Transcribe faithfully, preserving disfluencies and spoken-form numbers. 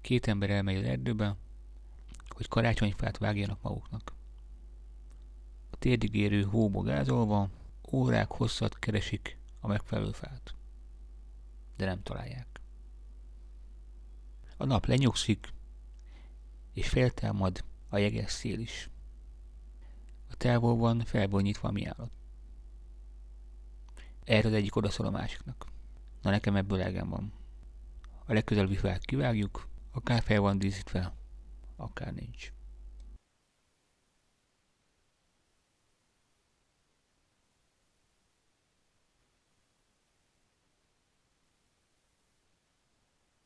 Két ember elmegy az erdőbe, hogy karácsonyfát vágjanak maguknak. A térdig érő hóba gázolva órák hosszat keresik a megfelelő fát, de nem találják. A nap lenyugszik, és feltámad a jeges szél is. A távolban felbonyítva mi állat. Erre az egyik odaszól a másiknak. Na, nekem ebből elegem van. A legközelebbi fát kivágjuk, akár fel van díszítve, akár nincs.